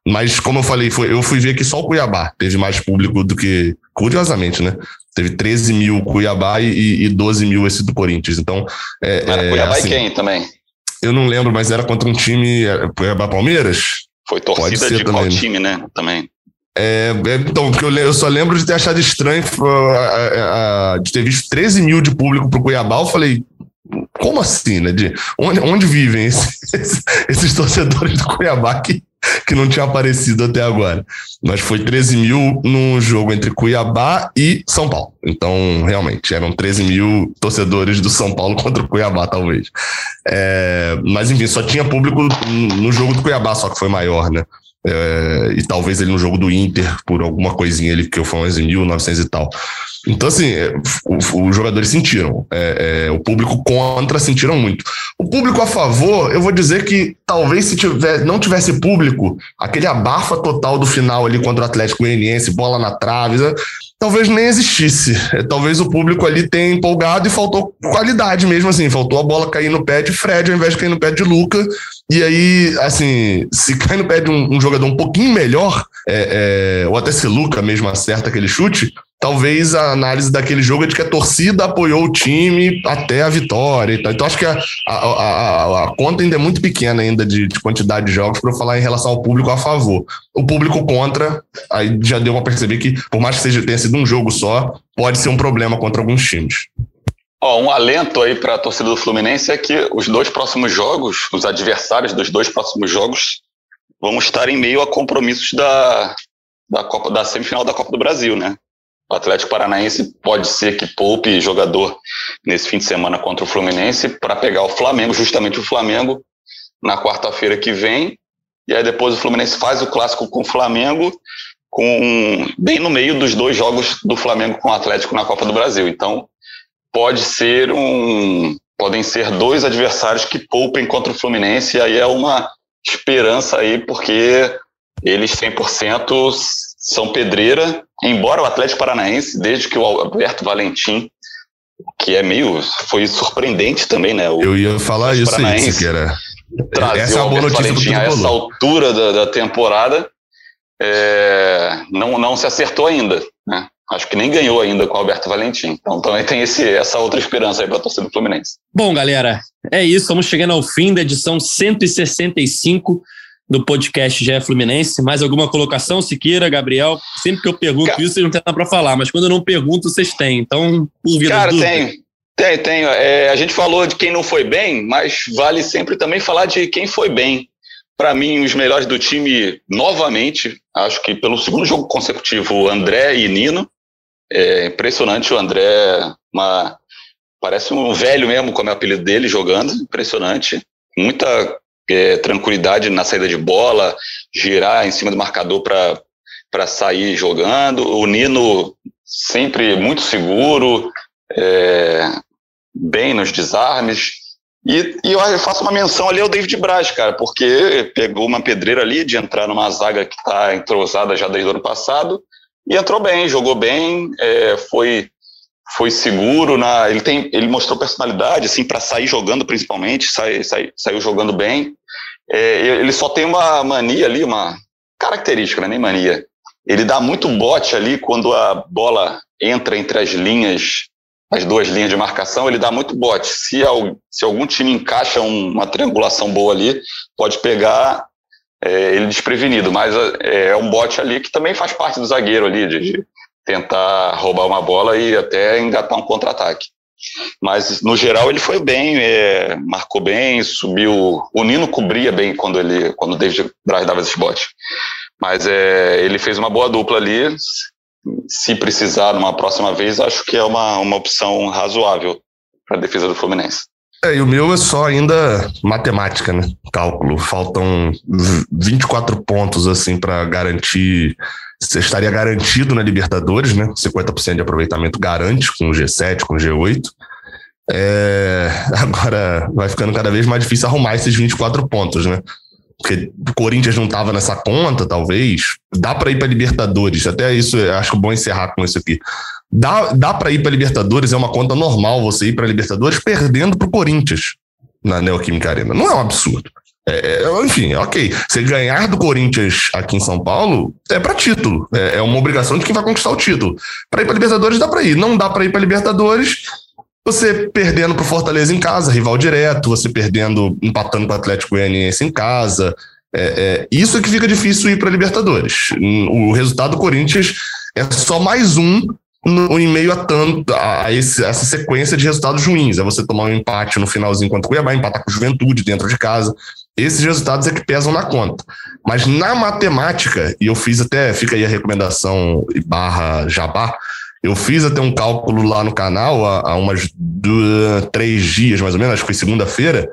Mas, como eu falei, foi, eu fui ver que só o Cuiabá teve mais público do que, curiosamente, né? Teve treze mil Cuiabá e, e doze mil esse do Corinthians. Então, é, Era é, Cuiabá assim, e quem também? Eu não lembro, mas era contra um time, Cuiabá Palmeiras? Foi torcida de também, qual time, né? Também. É, então, porque eu, eu só lembro de ter achado estranho a, a, a, de ter visto treze mil de público pro Cuiabá. Eu falei, como assim, né? De, onde, onde vivem esses, esses, esses torcedores do Cuiabá que, que não tinham aparecido até agora? Mas foi treze mil num jogo entre Cuiabá e São Paulo. Então, realmente, eram treze mil torcedores do São Paulo contra o Cuiabá, talvez. É, mas, enfim, só tinha público no jogo do Cuiabá, só que foi maior, né? É, e talvez ele no jogo do Inter, por alguma coisinha ali, que foi onze mil e novecentos e tal. Então, assim, os jogadores sentiram. É, é, o público contra sentiram muito. O público a favor, eu vou dizer que talvez se tiver, não tivesse público, aquele abafa total do final ali contra o Atlético Goianiense, bola na trave, né? Talvez nem existisse. É, talvez o público ali tenha empolgado e faltou qualidade mesmo, assim. Faltou a bola cair no pé de Fred ao invés de cair no pé de Luca. E aí, assim, se cai no pé de um, um jogador um pouquinho melhor, é, é, ou até se Luca mesmo acerta aquele chute, talvez a análise daquele jogo é de que a torcida apoiou o time até a vitória e tal. Então, acho que a, a, a, a conta ainda é muito pequena ainda de, de quantidade de jogos para eu falar em relação ao público a favor. O público contra, aí já deu para perceber que, por mais que seja, tenha sido um jogo só, pode ser um problema contra alguns times. Ó, um alento aí para a torcida do Fluminense é que os dois próximos jogos, os adversários dos dois próximos jogos, vão estar em meio a compromissos da, da, Copa, da semifinal da Copa do Brasil, né? O Atlético Paranaense pode ser que poupe jogador nesse fim de semana contra o Fluminense para pegar o Flamengo, justamente o Flamengo, na quarta-feira que vem. E aí depois o Fluminense faz o clássico com o Flamengo, com, bem no meio dos dois jogos do Flamengo com o Atlético na Copa do Brasil. Então, pode ser um, podem ser dois adversários que poupem contra o Fluminense, e aí é uma esperança aí, porque eles cem por cento são pedreira, embora o Atlético Paranaense, desde que o Alberto Valentim, que é meio, foi surpreendente também, né? O Eu ia falar isso aí, que era trazer essa é o a boa Alberto notícia Valentim a essa altura da, da temporada, é, não, não se acertou ainda, né? Acho que nem ganhou ainda com o Alberto Valentim. Então também tem esse, essa outra esperança aí para a torcida do Fluminense. Bom, galera, é isso. Estamos chegando ao fim da edição cento e sessenta e cinco do podcast G E Fluminense. Mais alguma colocação, Siqueira, Gabriel? Sempre que eu pergunto Cara, isso, vocês não têm nada para falar. Mas quando eu não pergunto, vocês têm. Então, por vida Cara, dúvida. tenho. Tem, tem. É, a gente falou de quem não foi bem, mas vale sempre também falar de quem foi bem. Para mim, os melhores do time, novamente, acho que pelo segundo jogo consecutivo, André e Nino. É impressionante o André, uma, parece um velho mesmo, como é o apelido dele, jogando, impressionante. Muita é, tranquilidade na saída de bola, girar em cima do marcador para sair jogando. O Nino sempre muito seguro, é, bem nos desarmes. E, e eu faço uma menção ali ao David Braz, cara, porque pegou uma pedreira ali de entrar numa zaga que está entrosada já desde o ano passado. E entrou bem, jogou bem, é, foi, foi seguro, na, ele, tem, ele mostrou personalidade assim, para sair jogando principalmente, sai, sai, saiu jogando bem. É, ele só tem uma mania ali, uma característica, né, nem mania. Ele dá muito bote ali quando a bola entra entre as linhas, as duas linhas de marcação, ele dá muito bote. Se, se algum time encaixa uma triangulação boa ali, pode pegar... É, ele desprevenido, mas é, é um bote ali que também faz parte do zagueiro ali, de, de tentar roubar uma bola e até engatar um contra-ataque. Mas, no geral, ele foi bem, é, marcou bem, subiu... O Nino cobria bem quando, ele, quando o David Braz dava esse bote. Mas é, ele fez uma boa dupla ali. Se precisar, numa próxima vez, acho que é uma, uma opção razoável para a defesa do Fluminense. É, e o meu é só ainda matemática, né? Cálculo. Faltam vinte e quatro pontos, assim, para garantir... Você estaria garantido na Libertadores, né? cinquenta por cento de aproveitamento garante com o G sete, com o G oito. É... Agora vai ficando cada vez mais difícil arrumar esses vinte e quatro pontos, né? Porque o Corinthians não estava nessa conta, talvez. Dá para ir para Libertadores. Até isso, acho bom encerrar com isso aqui. Dá, dá para ir para Libertadores, é uma conta normal você ir para Libertadores perdendo para o Corinthians na Neoquímica Arena. Não é um absurdo. É, enfim, ok. Você ganhar do Corinthians aqui em São Paulo é para título. É, é uma obrigação de quem vai conquistar o título. Para ir para Libertadores dá para ir. Não dá para ir para Libertadores você perdendo pro Fortaleza em casa, rival direto, você perdendo, empatando com o Atlético Goianiense em casa. É, é, isso é que fica difícil ir para Libertadores. O resultado do Corinthians é só mais um no, em meio a, tanto, a esse, essa sequência de resultados ruins. É você tomar um empate no finalzinho contra o Cuiabá, empatar com o Juventude dentro de casa. Esses resultados é que pesam na conta. Mas na matemática, e eu fiz até, fica aí a recomendação barra jabá, eu fiz até um cálculo lá no canal há, há umas duas, três dias, mais ou menos, acho que foi segunda-feira,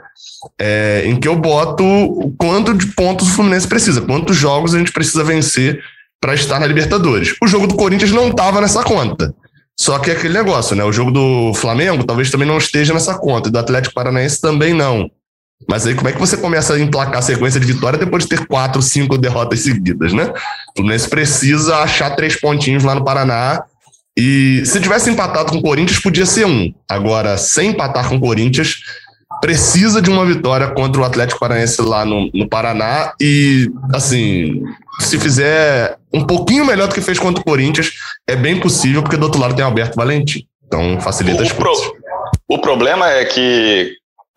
é, em que eu boto o quanto de pontos o Fluminense precisa, quantos jogos a gente precisa vencer para estar na Libertadores. O jogo do Corinthians não estava nessa conta. Só que é aquele negócio, né? O jogo do Flamengo talvez também não esteja nessa conta, e do Atlético Paranaense também não. Mas aí como é que você começa a emplacar a sequência de vitória depois de ter quatro, cinco derrotas seguidas, né? O Fluminense precisa achar três pontinhos lá no Paraná. E se tivesse empatado com o Corinthians, podia ser um. Agora, sem empatar com o Corinthians, precisa de uma vitória contra o Atlético Paranaense lá no, no Paraná. E, assim, se fizer um pouquinho melhor do que fez contra o Corinthians, é bem possível, porque do outro lado tem Alberto Valentim. Então, facilita as coisas. Pro, o problema é que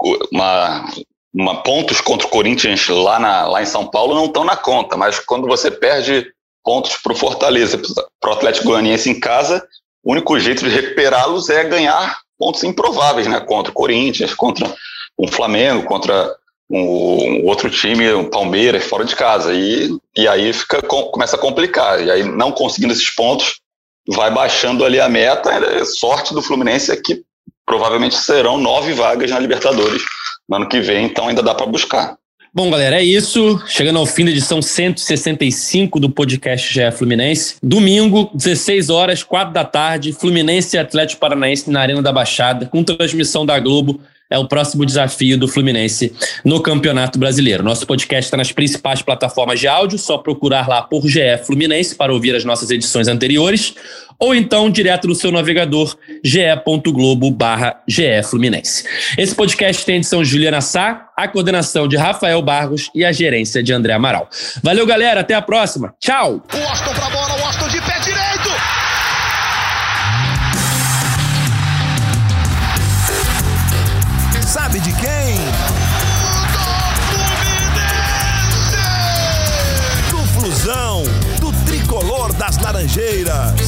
uma, uma, pontos contra o Corinthians lá, na, lá em São Paulo não estão na conta, mas quando você perde pontos para o Fortaleza, para o Atlético Goianiense em casa, o único jeito de recuperá-los é ganhar pontos improváveis, né? Contra o Corinthians, contra um Flamengo, contra um, um outro time, um Palmeiras, fora de casa. E, e aí fica, começa a complicar. E aí, não conseguindo esses pontos, vai baixando ali a meta. A sorte do Fluminense é que provavelmente serão nove vagas na Libertadores no ano que vem, então ainda dá para buscar. Bom, galera, é isso. Chegando ao fim da edição cento e sessenta e cinco do podcast G E Fluminense. Domingo, dezesseis horas, quatro da tarde, Fluminense e Atlético Paranaense na Arena da Baixada, com transmissão da Globo. É o próximo desafio do Fluminense no Campeonato Brasileiro. Nosso podcast está nas principais plataformas de áudio, só procurar lá por G E Fluminense para ouvir as nossas edições anteriores, ou então direto no seu navegador, ge.globo barra GE Fluminense. Esse podcast tem a edição de Juliana Sá, a coordenação de Rafael Barros e a gerência de André Amaral. Valeu, galera, até a próxima. Tchau! O Washington pra bola, o Washington de pé direito! Sabe de quem? Do Flusão, do tricolor das Laranjeiras.